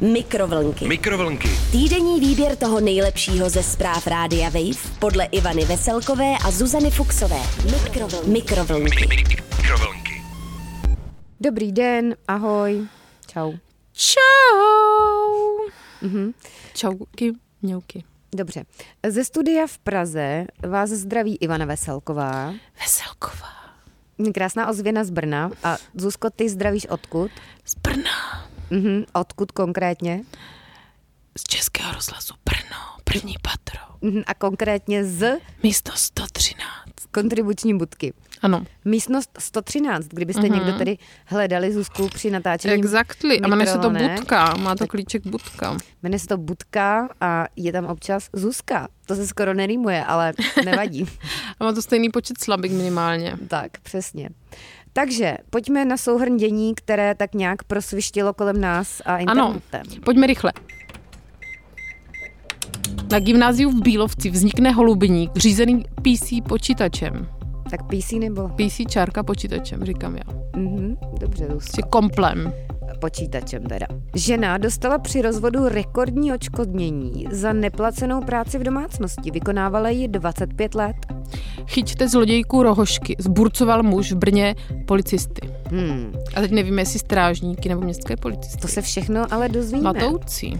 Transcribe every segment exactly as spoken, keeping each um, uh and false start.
Mikrovlnky. Mikrovlnky. Týdenní výběr toho nejlepšího ze zpráv Rádia Wave podle Ivany Veselkové a Zuzany Fuxové. Mikrovlnky. Mikrovlnky. Mikrovlnky. Dobrý den, ahoj. Čau. Čau. Mhm. Čauky, mňauky. Dobře. Ze studia v Praze vás zdraví Ivana Veselková. Veselková. Krásná ozvěna z Brna. A Zuzko, ty zdravíš odkud? Z Brna. Mhm. Odkud konkrétně? Z Českého rozhlasu Brno, první patro. Mhm. A konkrétně z Místo sto třináct. kontribuční budky. Ano. Místnost sto třináct, kdybyste Mhm. někdo tedy hledali Zuzku při natáčení. Exactly. A jmenuje se to Mikrovlnek. Budka. Má to klíček Budka. Jmenuje se to Budka a je tam občas Zuzka. To se skoro nerýmuje, ale nevadí. A má to stejný počet slabik minimálně. Tak, přesně. Takže pojďme na souhrn dění, které tak nějak prosvištilo kolem nás a internetem. Ano, pojďme rychle. Na gymnáziu v Bílovci vznikne holubník řízený P C počítačem. Tak P C nebo? P C čárka počítačem, říkám já. Mhm, dobře, Zuzko. Prostě komplem. Počítačem teda. Žena dostala při rozvodu rekordní odškodnění za neplacenou práci v domácnosti. Vykonávala ji dvacet pět let. Chyťte zlodějku rohošky. Zburcoval muž v Brně policisty. Hmm, A teď nevíme, jestli strážníky nebo městské policisty. to se všechno ale dozvíme. Matoucí.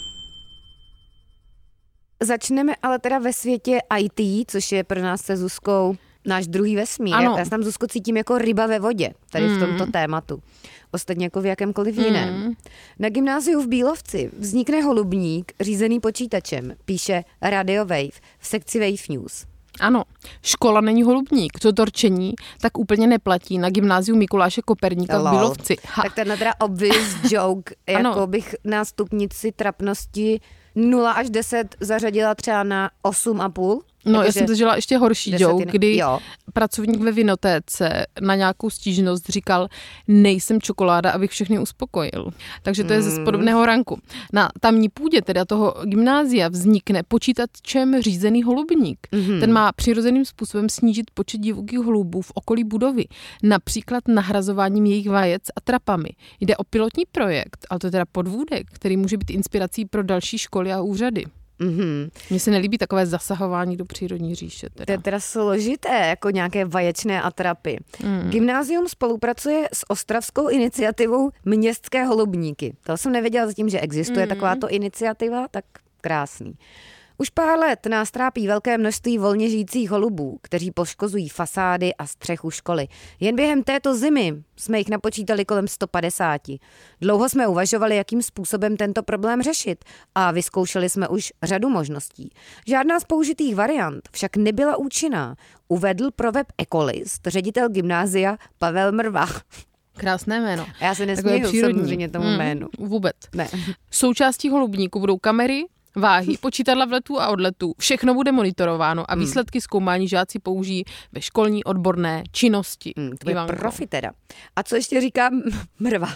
Začneme ale teda ve světě I T, což je pro nás se Zuzkou náš druhý vesmír. Ano. Já se tam, Zuzko, cítím jako ryba ve vodě, tady Mm. v tomto tématu. Ostatně jako v jakémkoliv jiném. Mm. Na gymnáziu v Bílovci vznikne holubník řízený počítačem, píše Radio Wave v sekci Wave News. Ano, škola není holubník. To torčení tak úplně neplatí na gymnáziu Mikuláše Koperníka Lol. v Bílovci. Ha. Tak tenhle teda obvious joke, Ano. jako bych na stupnici trapnosti nula až deset zařadila třeba na osm a půl. No, já Jakože jsem to dělala ještě horší desetiny. joke, kdy Jo. pracovník ve vinotéce na nějakou stížnost říkal, nejsem čokoláda, abych všechny uspokojil. Takže to je Mm. ze podobného ranku. Na tamní půdě teda toho gymnázia vznikne počítačem řízený holubník. Mhm. Ten má přirozeným způsobem snížit počet divokých holubů v okolí budovy. Například nahrazováním jejich vajec a trapami. Jde o pilotní projekt, ale to je teda podvůdek, který může být inspirací pro další školy a úřady. Mhm. Mně se nelíbí takové zasahování do přírodní říše. Teda. To je teda složité, jako nějaké vaječné atrapy. Mm. Gymnázium spolupracuje s ostravskou iniciativou Městské holubníky. To jsem nevěděla zatím, že existuje Mm. takováto iniciativa, tak krásný. Už pár let nás trápí velké množství volně žijících holubů, kteří poškozují fasády a střechu školy. Jen během této zimy jsme jich napočítali kolem sto padesát. Dlouho jsme uvažovali, jakým způsobem tento problém řešit a vyzkoušeli jsme už řadu možností. Žádná z použitých variant však nebyla účinná, uvedl pro web Ecolist ředitel gymnázia Pavel Mrva. Krásné jméno. A já se Takové nesměju přírodní. samozřejmě tomu Mm, jménu. Vůbec. Ne. Součástí holubníku budou kamery, váhy, počítadla vletů a odletů. Všechno bude monitorováno a výsledky zkoumání žáci použijí ve školní odborné činnosti. Hmm, to je Ivanko. profi teda. A co ještě říká Mrva?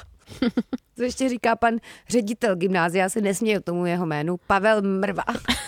Co ještě říká pan ředitel gymnázia, já se nesměju tomu jeho jménu, Pavel Mrva.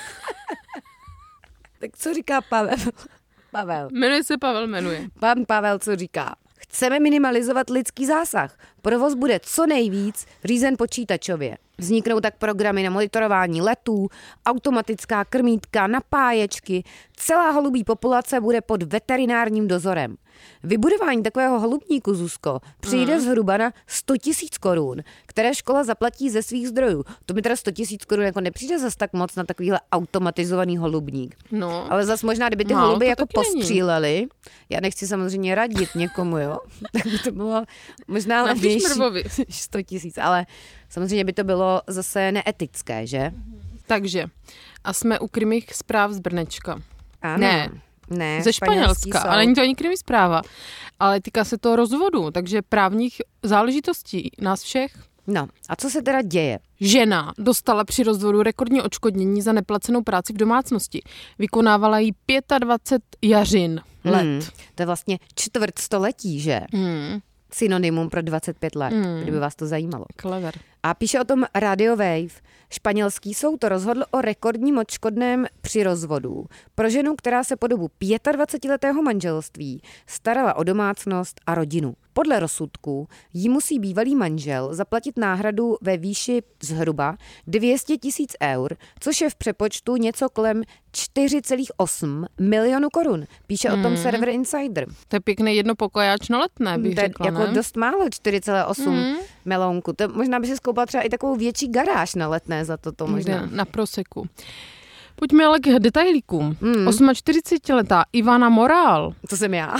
Tak co říká Pavel? Pavel. Jmenuje se Pavel, jmenuje. Pan Pavel co říká? Chceme minimalizovat lidský zásah. Provoz bude co nejvíc řízen počítačově. Vzniknou tak programy na monitorování letů, automatická krmítka, napáječky. Celá holubí populace bude pod veterinárním dozorem. Vybudování takového holubníku, Zuzko, přijde zhruba na sto tisíc korun, které škola zaplatí ze svých zdrojů. To mi teda sto tisíc korun jako nepřijde zas tak moc na takovýhle automatizovaný holubník. No, Ale zas možná, kdyby ty Málo holuby to jako taky není. postříleli, já nechci samozřejmě radit někomu, jo, tak by to bylo možná napiš levnější Mrvovi. než sto tisíc, ale samozřejmě by to bylo zase neetické, že? Takže, a jsme u krymých zpráv z Brnečka. Ano. Ne. Ne, Ze španělský Španělska, soud. ale není to ani krimi zpráva. Ale týká se to rozvodu, takže právních záležitostí nás všech. No, a co se teda děje? Žena dostala při rozvodu rekordní odškodnění za neplacenou práci v domácnosti. Vykonávala jí dvacet pět jařin let. Hmm, to je vlastně čtvrt století, že? Hmm. Synonymum pro dvacet pět let, Hmm. kdyby vás to zajímalo. Clever. A píše o tom Radio Wave. Španělský soud rozhodl o rekordním odškodném při rozvodu pro ženu, která se po dobu dvacetiletého manželství starala o domácnost a rodinu. Podle rozsudku jí musí bývalý manžel zaplatit náhradu ve výši zhruba dvě stě tisíc eur, což je v přepočtu něco kolem čtyři celá osm milionu korun. Píše hmm. o tom server Insider. To je pěkný jednopokojáč na Letné, bych řekla, jako dost málo, čtyři celá osm hmm. milionku. To možná by si skoupila třeba i takovou větší garáž na Letné za toto možná. Na Proseku. Pojďme ale k detailíkům. Hmm. čtyřicetiosmiletá Ivana Morál. To jsem já.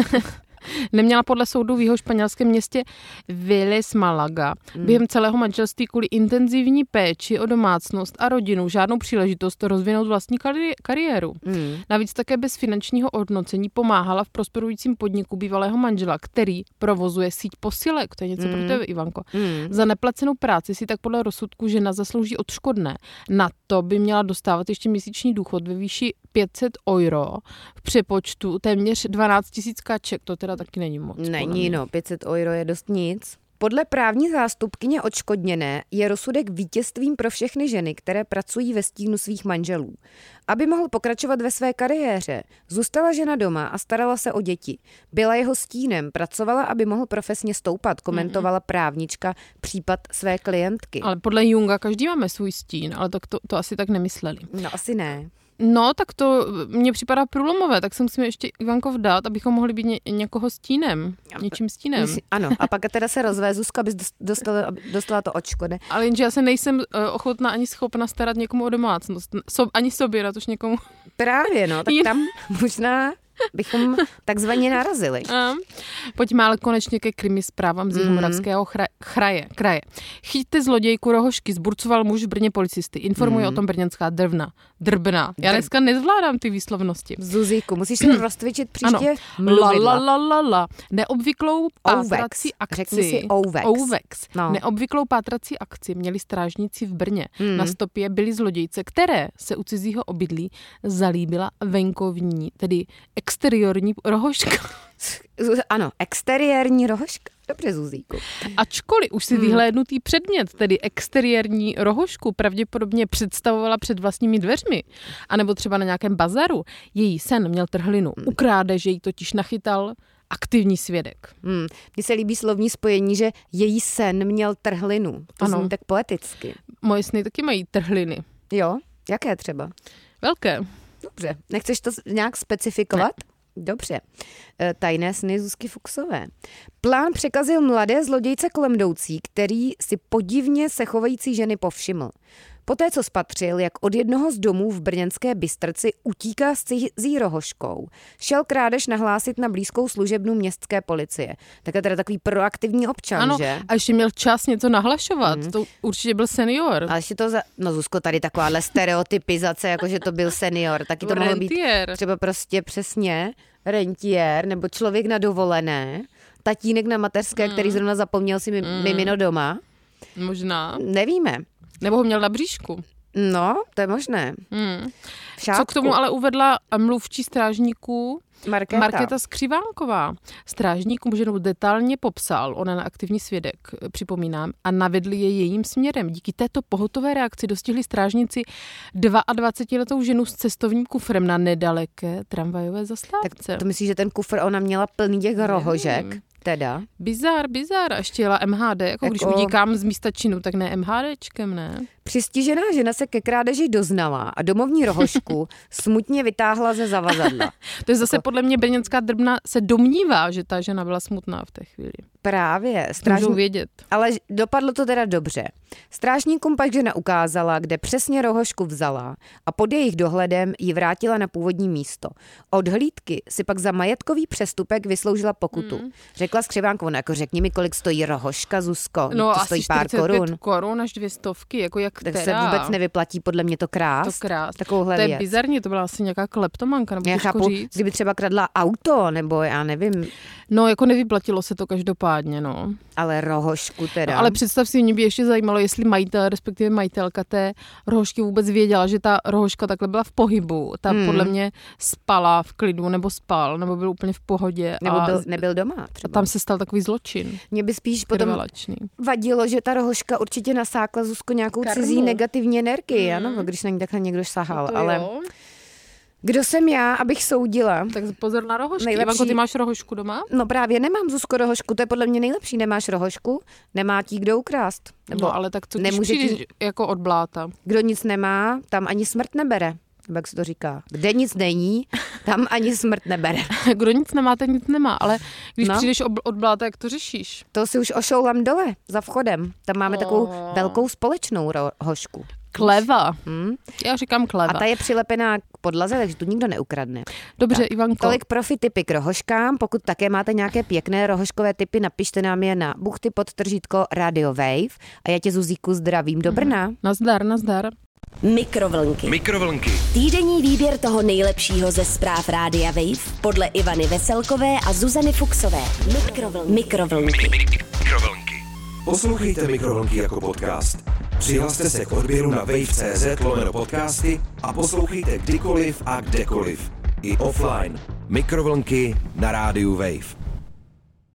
Neměla podle soudu v jeho španělském městě Vélez Málaga hmm. během celého manželství kvůli intenzivní péči o domácnost a rodinu žádnou příležitost rozvinout vlastní kari- kariéru. Hmm. Navíc také bez finančního hodnocení pomáhala v prosperujícím podniku bývalého manžela, který provozuje síť posilek. To je něco hmm. pro tebe, Ivanko. Hmm. Za neplacenou práci si tak podle rozsudku žena zaslouží odškodné. Na to by měla dostávat ještě měsíční důchod ve výši pět set euro, v přepočtu téměř dvanáct tisíc kaček, to teda taky není moc. Není, no, pět set euro je dost nic. Podle právní zástupkyně odškodněné je rozsudek vítězstvím pro všechny ženy, které pracují ve stínu svých manželů. Aby mohl pokračovat ve své kariéře, zůstala žena doma a starala se o děti. Byla jeho stínem, pracovala, aby mohl profesně stoupat, komentovala právnička případ své klientky. Ale podle Junga každý máme svůj stín, ale tak to, to asi tak nemysleli. No asi ne. No, tak to mně připadá průlomové, tak se musíme ještě Ivanko vdát, abychom mohli být ně, někoho stínem, něčím stínem. Myslí, ano, a pak teda se rozvé, Zuzka, abys dostala, dostala to odškody. Ale jenže já se nejsem uh, ochotná ani schopna starat někomu o domácnost, so, ani sobě, natož někomu. Právě, no, tak tam možná bychom takzvaně narazili. A, pojďme ale konečně ke krimi zprávám z Jihomoravského mm. kraje, kraje. Chyťte zlodějku rohožky, zburcoval muž v Brně policisty. Informuje mm. o tom brněnská drvna. Drbna. Já dneska nezvládám ty výslovnosti. Zuzíku, musíš se rozcvičit příště. La, la, la, la, la. Neobvyklou pátrací akci. Řekni si Ouvex. Ouvex. No. Neobvyklou pátrací akci měli strážníci v Brně. Mm. Na stopě byly zlodějce, které se u cizího obydlí zalíbila venkovní, tedy exteriorní rohožka. Ano, exteriérní rohožka. Dobře, Zuzíku. Ačkoliv už si hmm. vyhlédnutý předmět, tedy exteriérní rohožku, pravděpodobně představovala před vlastními dveřmi, anebo třeba na nějakém bazaru, její sen měl trhlinu. U krádeže jí totiž nachytal aktivní svědek. Hmm. Mně se líbí slovní spojení, že její sen měl trhlinu. To ano. Zní tak poeticky. Moje sny taky mají trhliny. Jo? Jaké třeba? Velké. Dobře. Nechceš to nějak specifikovat? Ne. Dobře. Tajné sny Zuzky Fuchsové. Plán překazil mladé zlodějce kolem jdoucí, který si podivně se chovající ženy povšiml. Poté, co spatřil, jak od jednoho z domů v brněnské Bystrci utíká s cizí rohožkou, šel krádež nahlásit na blízkou služebnu městské policie. Tak je teda takový proaktivní občan, ano, že? A ještě měl čas něco nahlašovat. Hmm. To určitě byl senior. A ještě to za... No Zuzko, tady takováhle stereotypizace, jako že to byl senior. Taky to mohlo být třeba prostě přesně rentiér nebo člověk na dovolené, tatínek na mateřské, hmm. který zrovna zapomněl si hmm. mimino doma. Možná. Nevíme. Nebo ho měl na bříšku. No, to je možné. Hmm. Co k tomu ale uvedla mluvčí strážníků Markéta. Markéta Skřivánková. Strážníkům ženu detailně popsal, ona na aktivní svědek, připomínám, a navedli je jejím směrem. Díky této pohotové reakci dostihli strážníci dvaadvacetiletou ženu s cestovním kufrem na nedaleké tramvajové zastávce. Tak to myslíš, že ten kufr ona měla plný těch rohožek? Nevím. Teda? Bizár, bizár. A ještě jela M H D, jako, jako když utíkám z místa činu, tak ne MHDčkem, ne? Přistižená žena se ke krádeži doznala a domovní rohožku smutně vytáhla ze zavazadla. To je zase jako... podle mě brněnská drbna se domnívá, že ta žena byla smutná v té chvíli. Právě. Strážní... Můžou vědět. Ale dopadlo to teda dobře. Strážníkům pak žena ukázala, kde přesně rohožku vzala a pod jejich dohledem ji vrátila na původní místo. Od hlídky si pak za majetkový přestupek vysloužila pokutu. Hmm. Řekla Skřivánková, jako řekni mi, kolik stojí rohožka, Zuzko. No to asi stojí pár korun. korun až dvě stovky, jako jak tak teda. Se vůbec nevyplatí podle mě to krást. To krást. Takovouhle to je věc. bizarní, to byla asi nějaká kleptomanka, nebo já chápu, říct. Kdyby třeba kradla auto, nebo já nevím. No, jako nevyplatilo se to každopádně, no. Ale rohožku teda. No, ale představ si, mě by ještě zajímalo, jestli majitel, respektive majitelka té rohožky vůbec věděla, že ta rohožka takhle byla v pohybu. Ta hmm. podle mě spala v klidu, nebo spal, nebo byl úplně v pohodě. Nebo a byl, nebyl doma třeba. A tam se stal takový zločin. Mě by spíš potom vadilo, že ta rohožka určitě nasákla Zuzko nějakou Karmel. vytváří negativní energii, hmm. ano, když na ní takhle někdo sahal, to ale... Jo. Kdo jsem já, abych soudila? Tak pozor na rohožky. Nejlepší... Ivanko, ty máš rohožku doma? No právě nemám, Zuzko, rohožku, to je podle mě nejlepší. Nemáš rohožku, nemá ti kdo ukrást. Nebo no ale tak co když přijdeš tí... jako od bláta? Kdo nic nemá, tam ani smrt nebere. Jak se to říká. Kde nic není, tam ani smrt nebere. Kdo nic nemá, ten nic nemá, ale když no. přijdeš od bláta, jak to řešíš? To si už ošoulam dole, za vchodem. Tam máme oh. takovou velkou společnou rohožku. Kleva. Hmm. Já říkám kleva. A ta je přilepená k podlaze, takže tu nikdo neukradne. Dobře, tak, Ivanko. Tolik profi tipy k rohožkám. Pokud také máte nějaké pěkné rohožkové tipy, napište nám je na buchty podtržítko Radio Wave. A já tě, Zuzíku, zdravím do Brna. Hmm. Nazdar, nazdar. Mikrovlnky. Mikrovlnky. Týdenní výběr toho nejlepšího ze zpráv Rádia Wave podle Ivany Veselkové a Zuzany Fuksové. Mikrovlnky. Mikrovlnky. Mikrovlnky. Poslouchejte Mikrovlnky jako podcast. Přihlaste se k odběru na wave tečka cé zet lomeno podcasty a poslouchejte kdykoliv a kdekoliv. I offline. Mikrovlnky na rádiu Wave.